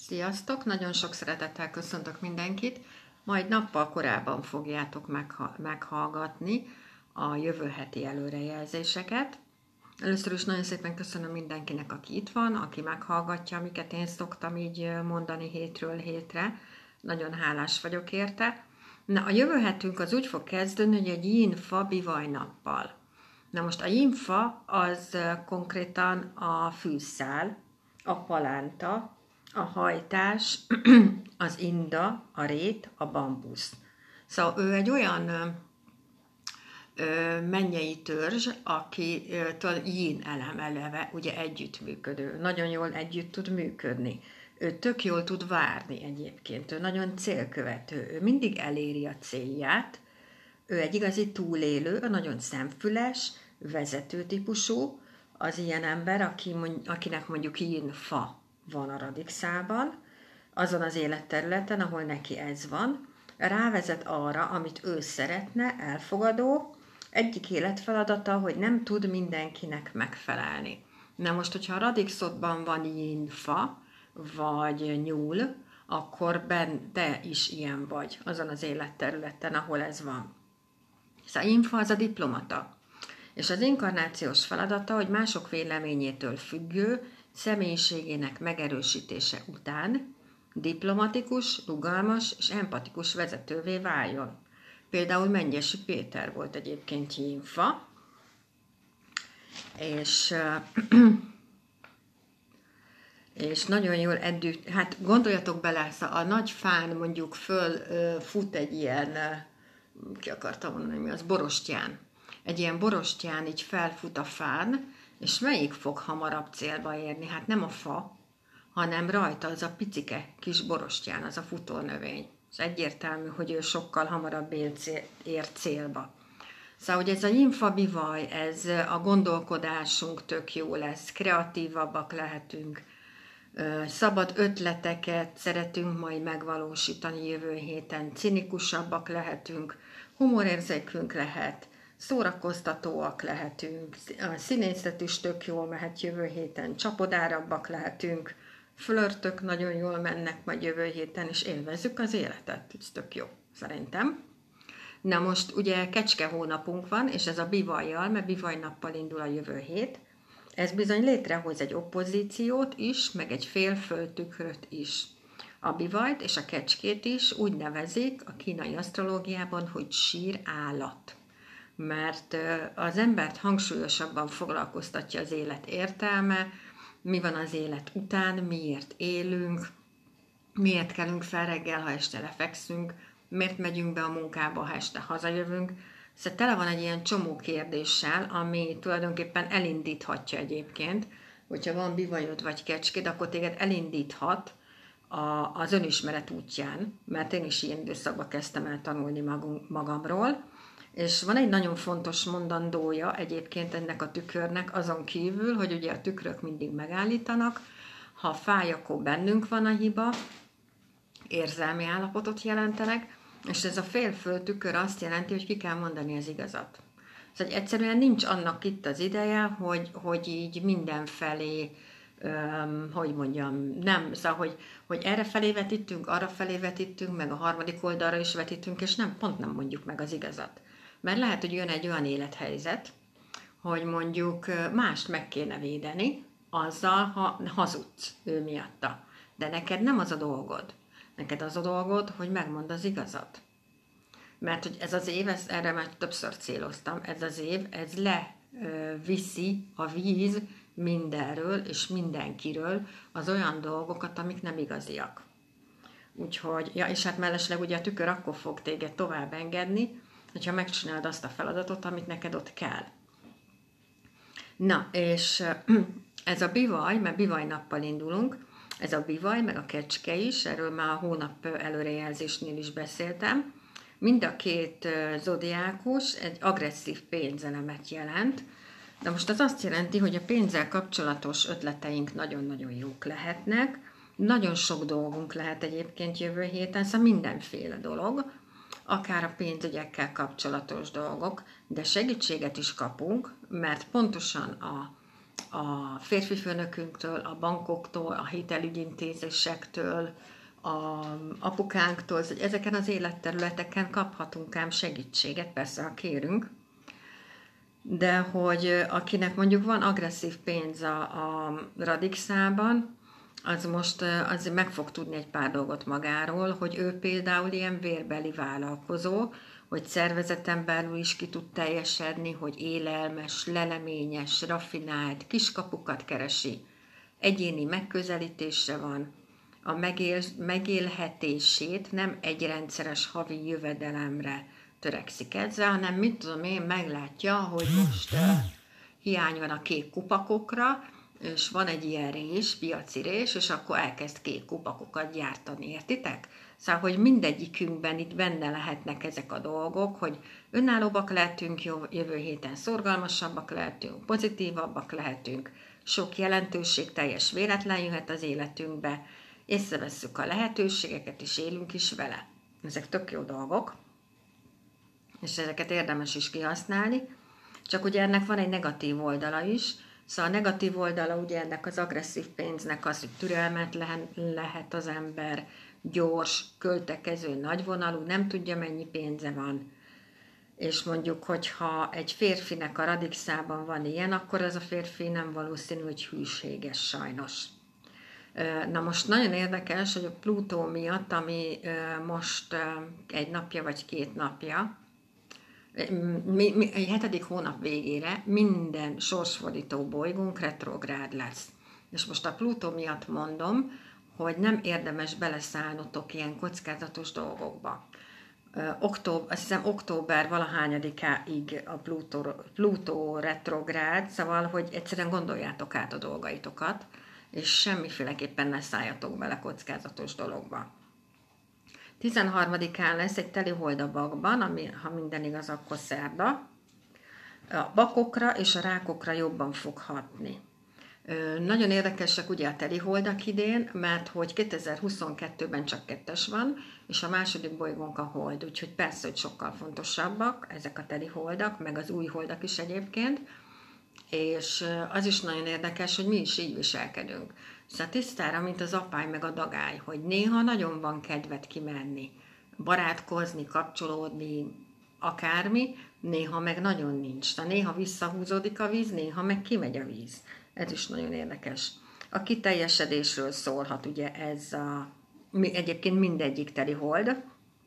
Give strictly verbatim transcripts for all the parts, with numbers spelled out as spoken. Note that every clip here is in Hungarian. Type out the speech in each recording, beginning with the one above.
Sziasztok! Nagyon sok szeretettel köszöntök mindenkit. Majd nappal korábban fogjátok megha- meghallgatni a jövő heti előrejelzéseket. Először is nagyon szépen köszönöm mindenkinek, aki itt van, aki meghallgatja, amiket én szoktam így mondani hétről hétre. Nagyon hálás vagyok érte. Na, a jövő hetünk az úgy fog kezdődni, hogy egy yin-fa bivajnappal. Na most a yin-fa az konkrétan a fűszál, a palánta, a hajtás, az inda, a rét, a bambusz. Szóval ő egy olyan ö, ö, mennyei törzs, aki yin elem eleve, ugye együttműködő, nagyon jól együtt tud működni. Ő tök jól tud várni egyébként, ő nagyon célkövető, ő mindig eléri a célját, ő egy igazi túlélő, nagyon szemfüles, vezető típusú, az ilyen ember, aki, akinek mondjuk yin-fa van a radikszában, azon az életterületen, ahol neki ez van, rávezet arra, amit ő szeretne, elfogadó, egyik életfeladata, hogy nem tud mindenkinek megfelelni. Na most, hogyha a radikszodban van yin-fa, vagy nyúl, akkor ben, te is ilyen vagy azon az életterületen, ahol ez van. Szóval yin-fa az a diplomata. És az inkarnációs feladata, hogy mások véleményétől függő, személyiségének megerősítése után diplomatikus, rugalmas és empatikus vezetővé váljon. Például Mengyesi Péter volt egyébként yin-fa, és, és nagyon jól együtt, hát gondoljatok bele, a nagy fán mondjuk föl fut egy ilyen, ki akartam mondani, mi az, borostyán. Egy ilyen borostyán így felfut a fán, és melyik fog hamarabb célba érni? Hát nem a fa, hanem rajta az a picike kis borostyán, az a futónövény. Ez egyértelmű, hogy ő sokkal hamarabb ér célba. Szóval, hogy ez a yin-fa bivaj, ez a gondolkodásunk tök jó lesz, kreatívabbak lehetünk, szabad ötleteket szeretünk majd megvalósítani jövő héten, cinikusabbak lehetünk, humorérzékünk lehet, szórakoztatóak lehetünk, a színészet is tök jól mehet jövő héten, csapodárabbak lehetünk, flörtök nagyon jól mennek majd jövő héten, és élvezzük az életet, ez tök jó, szerintem. Na most ugye kecske hónapunk van, és ez a bivajjal, mert bivajnappal indul a jövő hét, ez bizony létrehoz egy oppozíciót is, meg egy félföldtükröt is. A bivajt és a kecskét is úgy nevezik a kínai asztrológiában, hogy sír állat. Mert az embert hangsúlyosabban foglalkoztatja az élet értelme, mi van az élet után, miért élünk, miért kelünk fel reggel, ha este lefekszünk, miért megyünk be a munkába, ha este hazajövünk. Szóval tele van egy ilyen csomó kérdéssel, ami tulajdonképpen elindíthatja egyébként, hogyha van bivajod vagy kecskéd, akkor téged elindíthat a, az önismeret útján, mert én is ilyen időszakban kezdtem el tanulni magunk, magamról, és van egy nagyon fontos mondandója egyébként ennek a tükörnek, azon kívül, hogy ugye a tükrök mindig megállítanak, ha fáj, akkor bennünk van a hiba, érzelmi állapotot jelentenek, és ez a félföld tükör azt jelenti, hogy ki kell mondani az igazat. Szóval egyszerűen nincs annak itt az ideje, hogy, hogy így mindenfelé, öm, hogy mondjam, nem, szóval, hogy, hogy erre felé vetítünk, arra felé vetítünk, meg a harmadik oldalra is vetítünk, és nem, pont nem mondjuk meg az igazat. Mert lehet, hogy jön egy olyan élethelyzet, hogy mondjuk mást meg kéne védeni, azzal, ha hazudsz ő miatta. De neked nem az a dolgod. Neked az a dolgod, hogy megmondd az igazat. Mert hogy ez az év, ezt erre már többször céloztam, ez az év, ez leviszi a víz mindenről és mindenkiről az olyan dolgokat, amik nem igaziak. Úgyhogy, ja, és hát mellesleg ugye a tükör akkor fog téged tovább engedni, hogyha megcsinálod azt a feladatot, amit neked ott kell. Na, és ez a bivaj, mert bivajnappal indulunk, ez a bivaj, meg a kecske is, erről már a hónap előrejelzésnél is beszéltem. Mind a két zodiákus egy agresszív pénzelemet jelent, de most az azt jelenti, hogy a pénzzel kapcsolatos ötleteink nagyon-nagyon jók lehetnek, nagyon sok dolgunk lehet egyébként jövő héten, szóval mindenféle dolog, akár a pénzügyekkel kapcsolatos dolgok, de segítséget is kapunk, mert pontosan a a férfi főnökünktől, a bankoktól, a hitelügyintézésektől, a apukánktól, hogy ezeken az életterületeken kaphatunk ám segítséget, persze, ha kérünk, de hogy akinek mondjuk van agresszív pénz a, a Radixában, az most az meg fog tudni egy pár dolgot magáról, hogy ő például ilyen vérbeli vállalkozó, hogy szervezeten belül is ki tud teljesedni, hogy élelmes, leleményes, raffinált, kiskapukat keresi, egyéni megközelítésre van, a megél, megélhetését nem egy rendszeres havi jövedelemre törekszik ezzel, hanem mit tudom én, meglátja, hogy most uh, hiány van a kék kupakokra, és van egy ilyen rés, piaci rés, és akkor elkezd kék kupakokat gyártani, értitek? Szóval, hogy mindegyikünkben itt benne lehetnek ezek a dolgok, hogy önállóbbak lehetünk, jövő héten szorgalmasabbak lehetünk, pozitívabbak lehetünk, sok jelentőségteljes véletlen jöhet az életünkbe, észrevesszük a lehetőségeket, és élünk is vele. Ezek tök jó dolgok, és ezeket érdemes is kihasználni, csak ugye ennek van egy negatív oldala is. Szóval a negatív oldala ugye ennek az agresszív pénznek az, hogy türelmetlen lehet az ember, gyors, költekező, nagyvonalú, nem tudja mennyi pénze van. És mondjuk, hogyha egy férfinek a Radixában van ilyen, akkor az a férfi nem valószínű, hogy hűséges sajnos. Na most nagyon érdekes, hogy a Plutó miatt, ami most egy napja vagy két napja, mi, mi, egy hetedik hónap végére minden sorsfordító bolygónk retrográd lesz. És most a Plutó miatt mondom, hogy nem érdemes beleszállnotok ilyen kockázatos dolgokba. Október, azt hiszem október valahányadikáig a Plutó, Plutó retrográd, szóval, hogy egyszerűen gondoljátok át a dolgaitokat, és semmiféleképpen ne szálljatok bele kockázatos dologba. tizenharmadikán lesz egy telihold a Bakban, ami, ha minden igaz, akkor szerda. A bakokra és a rákokra jobban fog hatni. Ö, nagyon érdekesek ugye a teliholdak idén, mert hogy kétezer-huszonkettőben csak kettes van, és a második bolygónk a hold, úgyhogy persze, hogy sokkal fontosabbak ezek a teliholdak, meg az új holdak is egyébként, és az is nagyon érdekes, hogy mi is így viselkedünk. Szóval tisztára, mint az apály meg a dagály, hogy néha nagyon van kedved kimenni, barátkozni, kapcsolódni, akármi, néha meg nagyon nincs. Szóval néha visszahúzódik a víz, néha meg kimegy a víz. Ez is nagyon érdekes. A kiteljesedésről szólhat ugye ez a, egyébként mindegyik telihold,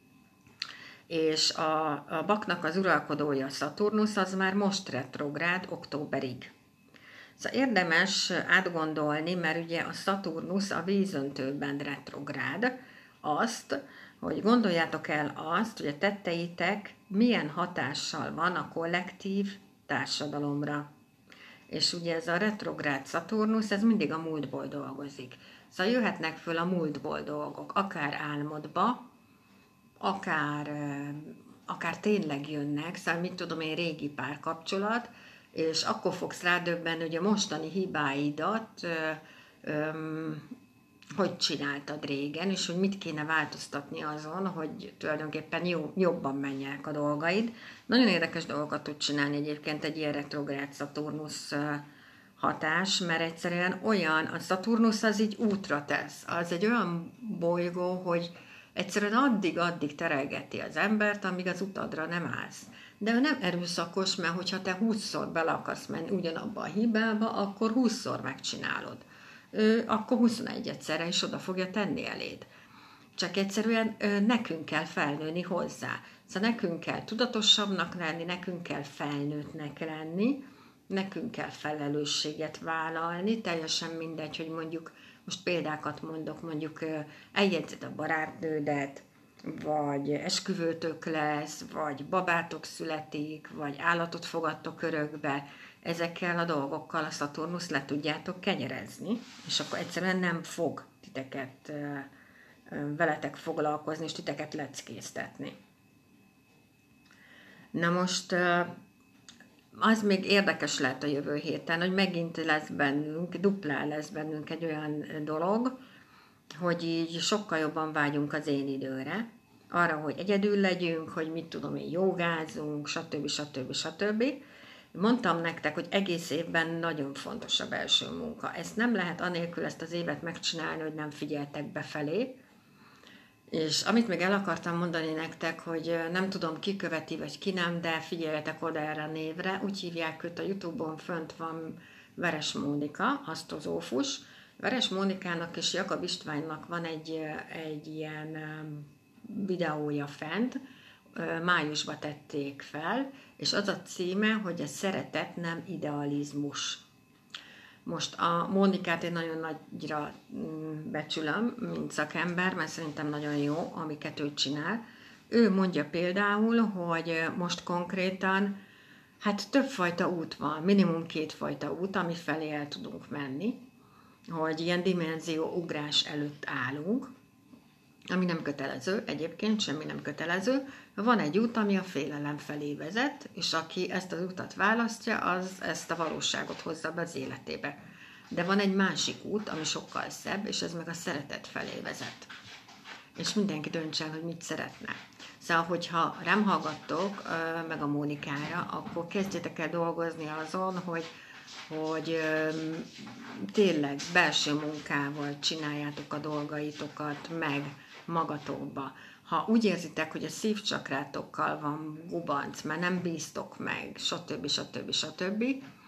és a, a Baknak az uralkodója Szaturnusz az már most retrográd októberig. Szóval érdemes átgondolni, mert ugye a Szaturnusz a vízöntőben retrográd, azt, hogy gondoljátok el azt, hogy a tetteitek milyen hatással van a kollektív társadalomra. És ugye ez a retrográd Szaturnusz, ez mindig a múltból dolgozik. Szóval jöhetnek föl a múltból dolgok, akár álmodba, akár, akár tényleg jönnek, szóval mit tudom én, régi párkapcsolat, és akkor fogsz rádöbbenni, hogy a mostani hibáidat ö, ö, hogy csináltad régen, és hogy mit kéne változtatni azon, hogy tulajdonképpen jó, jobban menjenek a dolgaid. Nagyon érdekes dolgokat tud csinálni egyébként egy ilyen retrográd Szaturnusz hatás, mert egyszerűen olyan, a Szaturnusz az így útra tesz. Az egy olyan bolygó, hogy egyszerűen addig-addig terelgeti az embert, amíg az utadra nem állsz. De ő nem erőszakos, mert hogyha te húszszor bele akarsz menni ugyanabba a hibába, akkor húszszor megcsinálod. Ő akkor huszonegyedszerre is oda fogja tenni eléd. Csak egyszerűen nekünk kell felnőni hozzá. Szóval nekünk kell tudatosabbnak lenni, nekünk kell felnőttnek lenni, nekünk kell felelősséget vállalni, teljesen mindegy, hogy mondjuk, most példákat mondok, mondjuk eljegyzed a barátnődet, vagy esküvőtök lesz, vagy babátok születik, vagy állatot fogadtok örökbe, ezekkel a dolgokkal a Szaturnusz le tudjátok kenyerezni, és akkor egyszerűen nem fog titeket, veletek foglalkozni, és titeket leckéztetni. Na most az még érdekes lehet a jövő héten, hogy megint lesz bennünk, duplán lesz bennünk egy olyan dolog, hogy így sokkal jobban vágyunk az én időre, arra, hogy egyedül legyünk, hogy mit tudom én, jogázunk, stb. stb. stb. Mondtam nektek, hogy egész évben nagyon fontos a belső munka. Ezt nem lehet anélkül ezt az évet megcsinálni, hogy nem figyeltek befelé. És amit még el akartam mondani nektek, hogy nem tudom ki követi vagy ki nem, de figyeljetek oda erre a névre. Úgy hívják őt, a Youtube-on fönt van Veres Mónika, asztrozófus. Veres Mónikának és Jakab Istvánnak van egy, egy ilyen videója fent, májusban tették fel, és az a címe, hogy a szeretet nem idealizmus. Most a Mónikát én nagyon nagyra becsülöm, mint szakember, mert szerintem nagyon jó, amiket ő csinál. Ő mondja például, hogy most konkrétan hát többfajta út van, minimum kétfajta út, ami felé el tudunk menni, hogy ilyen dimenzió ugrás előtt állunk, ami nem kötelező, egyébként semmi nem kötelező. Van egy út, ami a félelem felé vezet, és aki ezt az utat választja, az ezt a valóságot hozza be az életébe. De van egy másik út, ami sokkal szebb, és ez meg a szeretet felé vezet. És mindenki dönts el, hogy mit szeretne. Szóval, hogyha rám hallgattok, meg a Mónikára, akkor kezdjetek el dolgozni azon, hogy, hogy tényleg belső munkával csináljátok a dolgaitokat meg magatokba. Ha úgy érzitek, hogy a szívcsakrátokkal van gubanc, mert nem bíztok meg, stb. stb. stb.,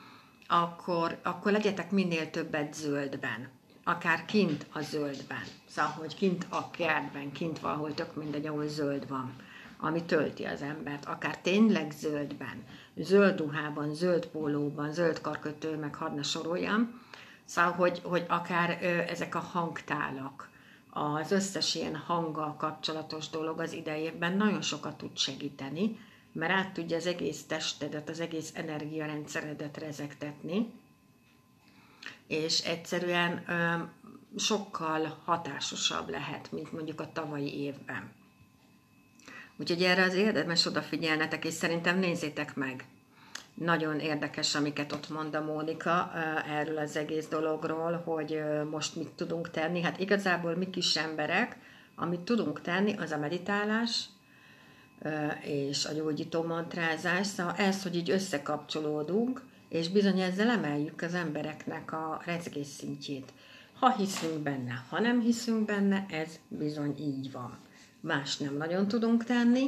akkor, akkor legyetek minél többet zöldben. Akár kint a zöldben. Szóval, hogy kint a kertben, kint valahol tök mindegy, ahol zöld van, ami tölti az embert. Akár tényleg zöldben, zöld ruhában, zöld pólóban, zöld karkötő, meg hadd ne soroljam. Szóval, hogy, hogy akár ö, ezek a hangtálak, az összes ilyen hanggal kapcsolatos dolog az idejében nagyon sokat tud segíteni, mert át tudja az egész testedet, az egész energiarendszeredet rezegtetni, és egyszerűen ö, sokkal hatásosabb lehet, mint mondjuk a tavalyi évben. Úgyhogy erre az érdemes odafigyelnetek, és szerintem nézzétek meg. Nagyon érdekes, amiket ott mond a Mónika erről az egész dologról, hogy most mit tudunk tenni. Hát igazából mi kis emberek, amit tudunk tenni, az a meditálás és a gyógyító mantrázás. Szóval ez, hogy így összekapcsolódunk, és bizony ezzel emeljük az embereknek a rezgés szintjét. Ha hiszünk benne, ha nem hiszünk benne, ez bizony így van. Más nem nagyon tudunk tenni,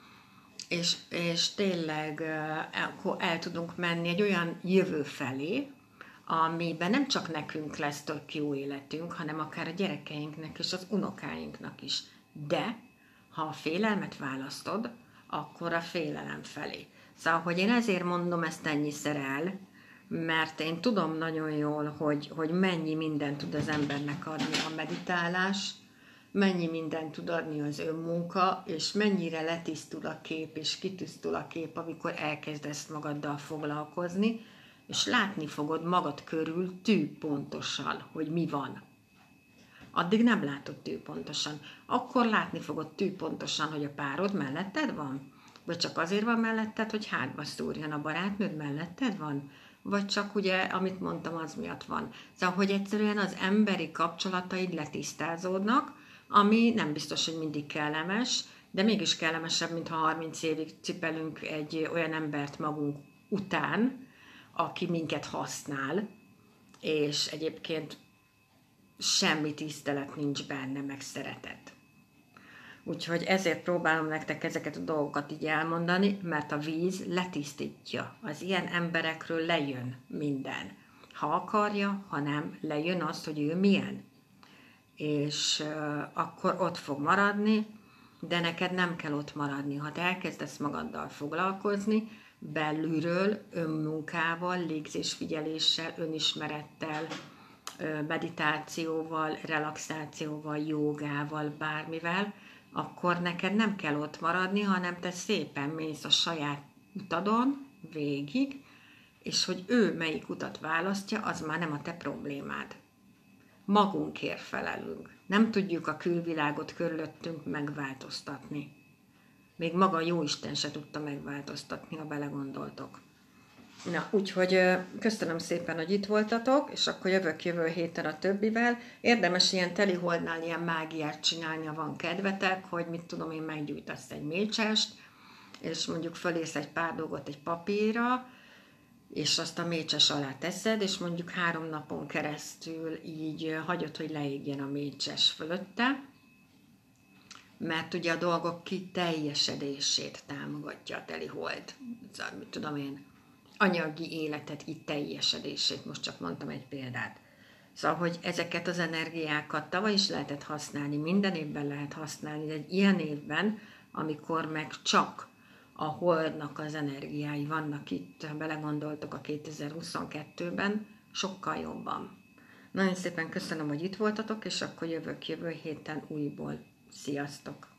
és, és tényleg el, el tudunk menni egy olyan jövő felé, amiben nem csak nekünk lesz tök jó életünk, hanem akár a gyerekeinknek és az unokáinknak is. De, ha a félelmet választod, akkor a félelem felé. Szóval, hogy én ezért mondom ezt ennyiszer el, mert én tudom nagyon jól, hogy, hogy mennyi mindent tud az embernek adni a meditálás, mennyi mindent tud adni az önmunka, és mennyire letisztul a kép, és kitisztul a kép, amikor elkezdesz magaddal foglalkozni, és látni fogod magad körül tűpontosan, hogy mi van. Addig nem látod tűpontosan. Akkor látni fogod tűpontosan, hogy a párod melletted van? Vagy csak azért van melletted, hogy hátba szúrjon, a barátnőd melletted van? Vagy csak ugye, amit mondtam, az miatt van. Szóval, hogy egyszerűen az emberi kapcsolataid letisztázódnak, ami nem biztos, hogy mindig kellemes, de mégis kellemesebb, mint ha harminc évig cipelünk egy olyan embert magunk után, aki minket használ, és egyébként semmi tisztelet nincs benne, meg szeretet. Úgyhogy ezért próbálom nektek ezeket a dolgokat így elmondani, mert a víz letisztítja. Az ilyen emberekről lejön minden. Ha akarja, ha nem, lejön az, hogy ő milyen. És uh, akkor ott fog maradni, de neked nem kell ott maradni. Ha te elkezdesz magaddal foglalkozni, belülről, önmunkával, légzésfigyeléssel, önismerettel, meditációval, relaxációval, jogával, bármivel, akkor neked nem kell ott maradni, hanem te szépen mész a saját utadon végig, és hogy ő melyik utat választja, az már nem a te problémád. Magunkért felelünk. Nem tudjuk a külvilágot körülöttünk megváltoztatni. Még maga Jóisten se tudta megváltoztatni, ha belegondoltok. Na, úgyhogy köszönöm szépen, hogy itt voltatok, és akkor jövök jövő héten a többivel. Érdemes ilyen teliholdnál ilyen mágiát csinálni, ha van kedvetek, hogy mit tudom én, meggyújtasz egy mécsest, és mondjuk fölírsz egy pár dolgot egy papírra, és azt a mécses alá teszed, és mondjuk három napon keresztül így hagyod, hogy leégjen a mécses fölötte, mert ugye a dolgok kiteljesedését támogatja a teli hold. Szóval, mit tudom én, anyagi életet kiteljesedését, most csak mondtam egy példát. Szóval, hogy ezeket az energiákat tavaly is lehetett használni, minden évben lehet használni, de egy ilyen évben, amikor meg csak a holdnak az energiái vannak itt, ha belegondoltok a kétezer-huszonkettőben, sokkal jobban. Nagyon szépen köszönöm, hogy itt voltatok, és akkor jövök jövő héten újból. Sziasztok!